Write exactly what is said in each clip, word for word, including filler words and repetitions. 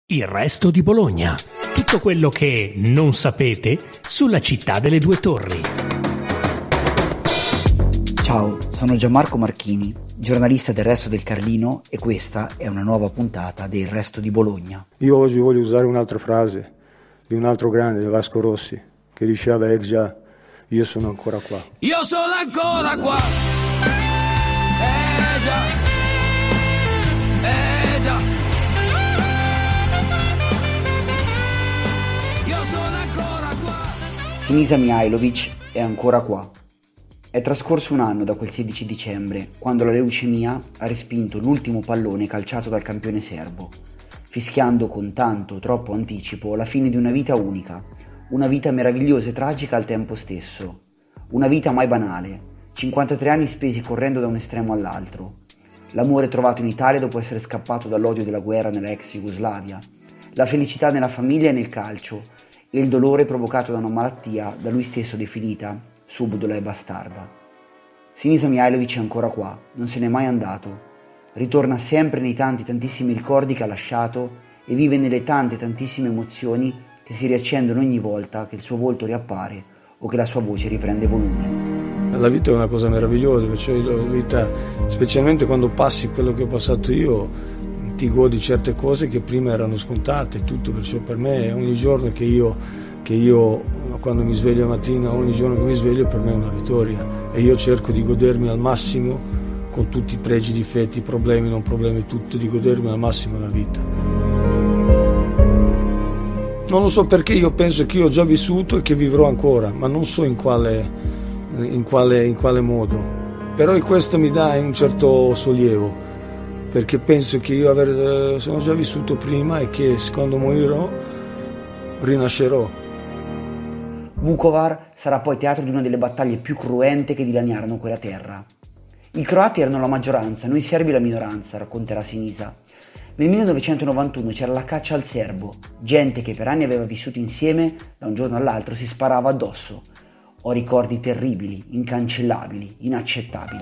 Il resto di Bologna. Tutto quello che non sapete sulla città delle due torri. Ciao, sono Gianmarco Marchini, giornalista del Resto del Carlino, e questa è una nuova puntata del Resto di Bologna. Io oggi voglio usare un'altra frase di un altro grande, Vasco Rossi, che diceva: "Eh già, io sono ancora qua". Io sono ancora qua. Eh già. Eh già. Io sono ancora qua. Sinisa Mihajlović è ancora qua. È trascorso un anno da quel sedici dicembre, quando la leucemia ha respinto l'ultimo pallone calciato dal campione serbo, fischiando con tanto, troppo anticipo la fine di una vita unica, una vita meravigliosa e tragica al tempo stesso, una vita mai banale, cinquantatré anni spesi correndo da un estremo all'altro, l'amore trovato in Italia dopo essere scappato dall'odio della guerra nella ex Jugoslavia, la felicità nella famiglia e nel calcio, e il dolore provocato da una malattia da lui stesso definita subdola e bastarda. Sinisa Mihajlović è ancora qua, non se n'è mai andato, ritorna sempre nei tanti tantissimi ricordi che ha lasciato e vive nelle tante tantissime emozioni che si riaccendono ogni volta che il suo volto riappare o che la sua voce riprende volume. La vita è una cosa meravigliosa, perciò la vita, specialmente quando passi quello che ho passato io, ti godi certe cose che prima erano scontate, tutto, perciò per me ogni giorno che io che io quando mi sveglio la mattina, ogni giorno che mi sveglio per me è una vittoria, e io cerco di godermi al massimo, con tutti i pregi, difetti, problemi, non problemi, tutto, di godermi al massimo la vita. Non lo so perché, io penso che io ho già vissuto e che vivrò ancora, ma non so in quale, in quale, in quale modo, però questo mi dà un certo sollievo, perché penso che io aver, sono già vissuto prima e che quando morirò rinascerò. Vukovar sarà poi teatro di una delle battaglie più cruente che dilaniarono quella terra. I croati erano la maggioranza, noi serbi la minoranza, racconterà Sinisa. Nel millenovecentonovantuno c'era la caccia al serbo, gente che per anni aveva vissuto insieme, da un giorno all'altro si sparava addosso. Ho ricordi terribili, incancellabili, inaccettabili.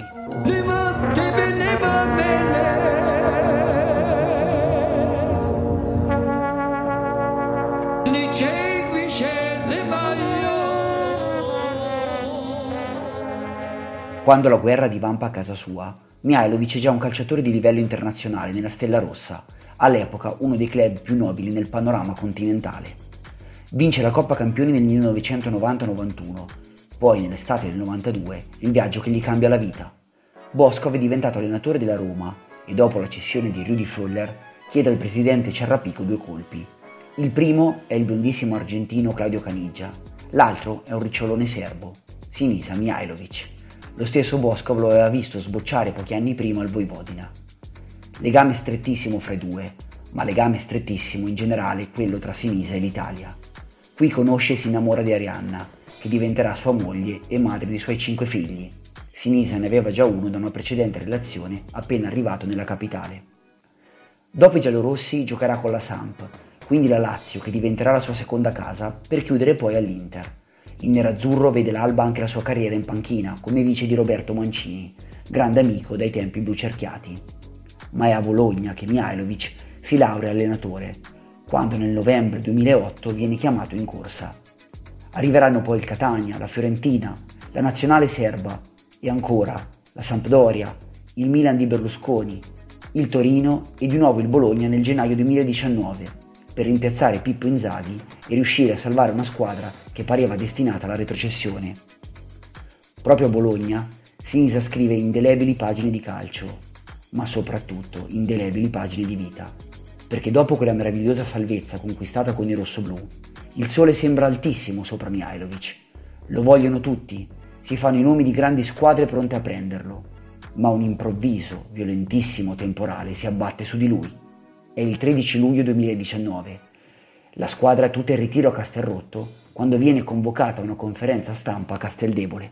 Quando la guerra divampa a casa sua, Mihajlović è già un calciatore di livello internazionale nella Stella Rossa, all'epoca uno dei club più nobili nel panorama continentale. Vince la Coppa Campioni nel millenovecentonovanta novantuno, poi nell'estate del novantadue il viaggio che gli cambia la vita. Boskov è diventato allenatore della Roma e dopo la cessione di Rudi Völler chiede al presidente Ciarrapico due colpi. Il primo è il biondissimo argentino Claudio Caniggia, l'altro è un ricciolone serbo, Sinisa Mihajlović. Lo stesso Boskov lo aveva visto sbocciare pochi anni prima al Vojvodina. Legame strettissimo fra i due, ma legame strettissimo in generale quello tra Sinisa e l'Italia. Qui conosce e si innamora di Arianna, che diventerà sua moglie e madre dei suoi cinque figli. Sinisa ne aveva già uno da una precedente relazione appena arrivato nella capitale. Dopo i giallorossi giocherà con la Samp, quindi la Lazio, che diventerà la sua seconda casa, per chiudere poi all'Inter. Il nerazzurro vede l'alba anche la sua carriera in panchina, come vice di Roberto Mancini, grande amico dai tempi blucerchiati. Ma è a Bologna che Mihajlović si laurea allenatore, quando nel novembre duemilaotto viene chiamato in corsa. Arriveranno poi il Catania, la Fiorentina, la nazionale serba e ancora la Sampdoria, il Milan di Berlusconi, il Torino e di nuovo il Bologna nel gennaio duemiladiciannove, per rimpiazzare Pippo Inzaghi e riuscire a salvare una squadra che pareva destinata alla retrocessione. Proprio a Bologna, Sinisa scrive indelebili pagine di calcio, ma soprattutto indelebili pagine di vita, perché dopo quella meravigliosa salvezza conquistata con i rossoblù, il sole sembra altissimo sopra Mihajlović. Lo vogliono tutti, si fanno i nomi di grandi squadre pronte a prenderlo, ma un improvviso, violentissimo temporale si abbatte su di lui. È il tredici luglio duemiladiciannove. La squadra è tutta in ritiro a Castelrotto quando viene convocata a una conferenza stampa a Casteldebole.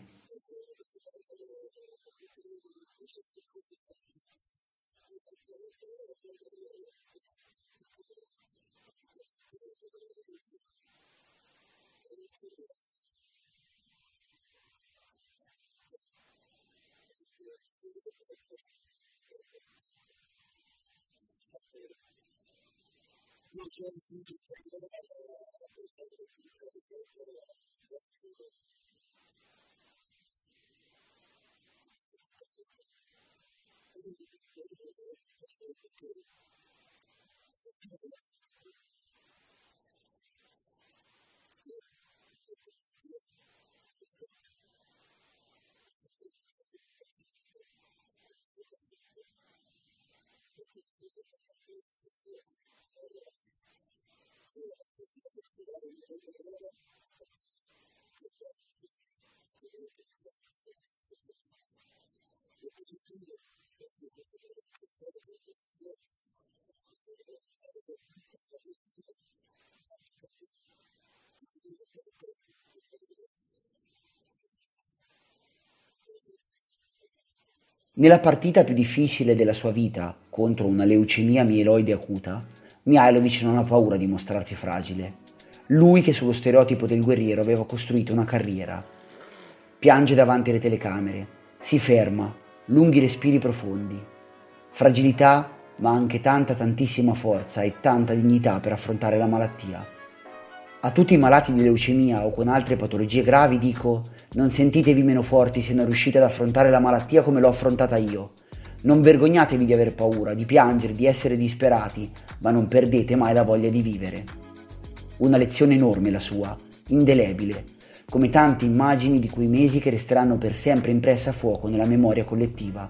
Nella partita più difficile della sua vita, contro una leucemia mieloide acuta, Mihajlović non ha paura di mostrarsi fragile. Lui che sullo stereotipo del guerriero aveva costruito una carriera. Piange davanti alle telecamere, si ferma, lunghi respiri profondi. Fragilità, ma anche tanta tantissima forza e tanta dignità per affrontare la malattia. A tutti i malati di leucemia o con altre patologie gravi dico: non sentitevi meno forti se non riuscite ad affrontare la malattia come l'ho affrontata io. Non vergognatevi di aver paura, di piangere, di essere disperati, ma non perdete mai la voglia di vivere. Una lezione enorme la sua, indelebile, come tante immagini di quei mesi che resteranno per sempre impresse a fuoco nella memoria collettiva.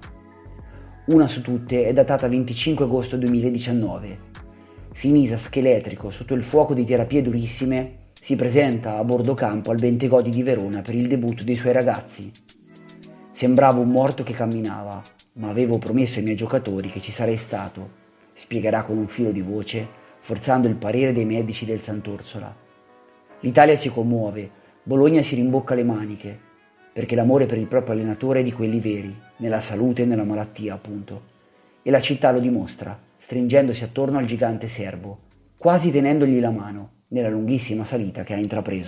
Una su tutte è datata venticinque agosto duemiladiciannove. Sinisa, scheletrico, sotto il fuoco di terapie durissime, si presenta a bordo campo al Bentegodi di Verona per il debutto dei suoi ragazzi. Sembrava un morto che camminava, ma avevo promesso ai miei giocatori che ci sarei stato, spiegherà con un filo di voce, forzando il parere dei medici del Sant'Orsola. L'Italia si commuove, Bologna si rimbocca le maniche, perché l'amore per il proprio allenatore è di quelli veri, nella salute e nella malattia, appunto. E la città lo dimostra, stringendosi attorno al gigante serbo, quasi tenendogli la mano nella lunghissima salita che ha intrapreso.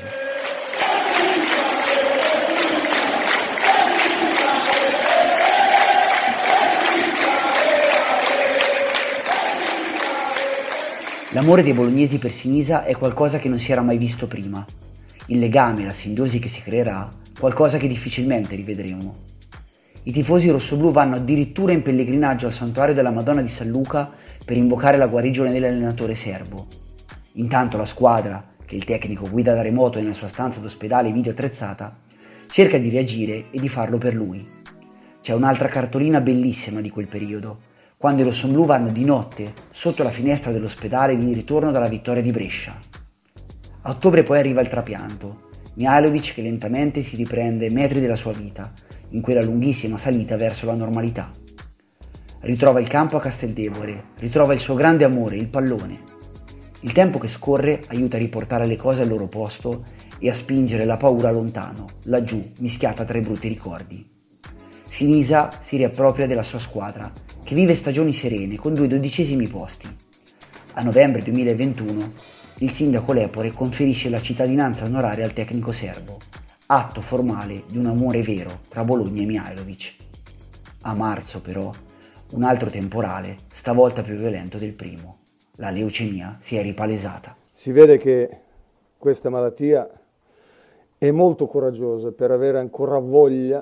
L'amore dei bolognesi per Sinisa è qualcosa che non si era mai visto prima. Il legame, la simbiosi che si creerà, qualcosa che difficilmente rivedremo. I tifosi rossoblù vanno addirittura in pellegrinaggio al santuario della Madonna di San Luca per invocare la guarigione dell'allenatore serbo. Intanto la squadra, che il tecnico guida da remoto nella sua stanza d'ospedale video attrezzata, cerca di reagire e di farlo per lui. C'è un'altra cartolina bellissima di quel periodo, quando i rossoblù vanno di notte sotto la finestra dell'ospedale di ritorno dalla vittoria di Brescia. A ottobre poi arriva il trapianto, Mihajlović che lentamente si riprende metri della sua vita, in quella lunghissima salita verso la normalità. Ritrova il campo a Casteldevore, ritrova il suo grande amore, il pallone. Il tempo che scorre aiuta a riportare le cose al loro posto e a spingere la paura lontano, laggiù, mischiata tra i brutti ricordi. Sinisa si riappropria della sua squadra, che vive stagioni serene con due dodicesimi posti. A novembre duemilaventuno il sindaco Lepore conferisce la cittadinanza onoraria al tecnico serbo, atto formale di un amore vero tra Bologna e Mihajlović. A marzo, però, un altro temporale, stavolta più violento del primo. La leucemia si è ripalesata. Si vede che questa malattia è molto coraggiosa per avere ancora voglia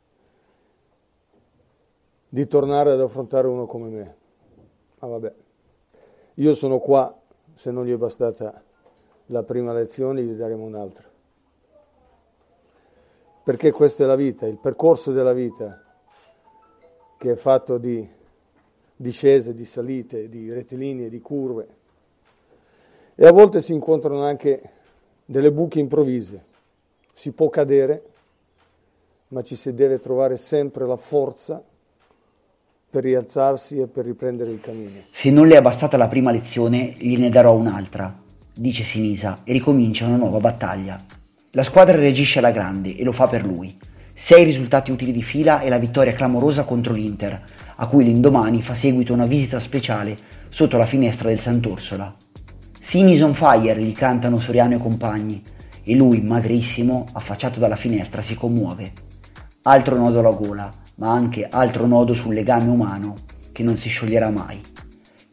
di tornare ad affrontare uno come me. Ah, vabbè. Io sono qua, se non gli è bastata la prima lezione, gli daremo un'altra. Perché questa è la vita, il percorso della vita, che è fatto di discese, di salite, di rettilinei, di curve. E a volte si incontrano anche delle buche improvvise. Si può cadere, ma ci si deve trovare sempre la forza per rialzarsi e per riprendere il cammino. Se non le è bastata la prima lezione, gliene darò un'altra, dice Sinisa e ricomincia una nuova battaglia. La squadra reagisce alla grande e lo fa per lui. Sei risultati utili di fila e la vittoria clamorosa contro l'Inter, a cui l'indomani fa seguito una visita speciale sotto la finestra del Sant'Orsola. Sinis on fire, gli cantano Soriano e compagni, e lui, magrissimo, affacciato dalla finestra, si commuove. Altro nodo alla gola, ma anche altro nodo sul legame umano che non si scioglierà mai.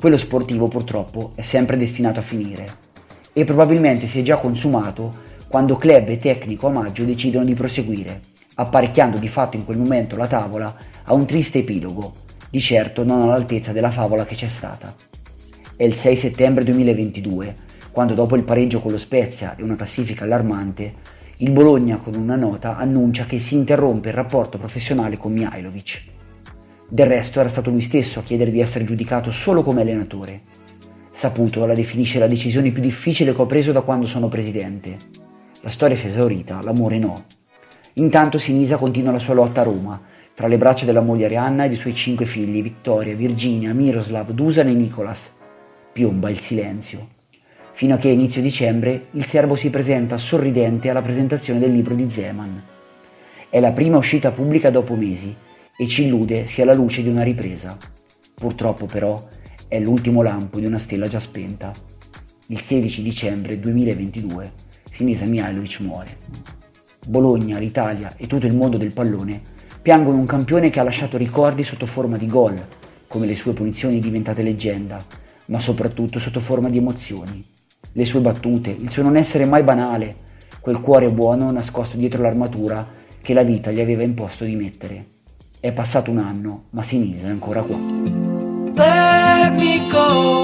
Quello sportivo purtroppo è sempre destinato a finire e probabilmente si è già consumato quando club e tecnico a maggio decidono di proseguire, apparecchiando di fatto in quel momento la tavola a un triste epilogo, di certo non all'altezza della favola che c'è stata. È il sei settembre duemilaventidue, quando dopo il pareggio con lo Spezia e una classifica allarmante, il Bologna con una nota annuncia che si interrompe il rapporto professionale con Mihajlovic. Del resto era stato lui stesso a chiedere di essere giudicato solo come allenatore. Saputo la definisce la decisione più difficile che ho preso da quando sono presidente. La storia si è esaurita, l'amore no. Intanto Sinisa continua la sua lotta a Roma, tra le braccia della moglie Arianna e dei suoi cinque figli, Vittoria, Virginia, Miroslav, Dusan e Nicolas. Piomba il silenzio. Fino a che a inizio dicembre il serbo si presenta sorridente alla presentazione del libro di Zeman. È la prima uscita pubblica dopo mesi e ci illude sia la luce di una ripresa. Purtroppo però è l'ultimo lampo di una stella già spenta. Il sedici dicembre duemilaventidue Sinisa Mihajlovic muore. Bologna, l'Italia e tutto il mondo del pallone piangono un campione che ha lasciato ricordi sotto forma di gol, come le sue punizioni diventate leggenda, ma soprattutto sotto forma di emozioni. Le sue battute, il suo non essere mai banale, quel cuore buono nascosto dietro l'armatura che la vita gli aveva imposto di mettere. È passato un anno, ma Sinisa è ancora qua. Let me go.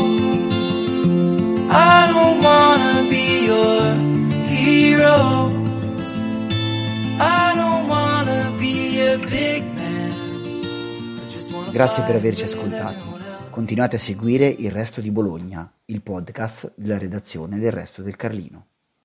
I don't wanna be your hero. I don't wanna be a big man. I just wanna Grazie per averci ascoltati. Continuate a seguire Il Resto di Bologna, il podcast della redazione del Resto del Carlino.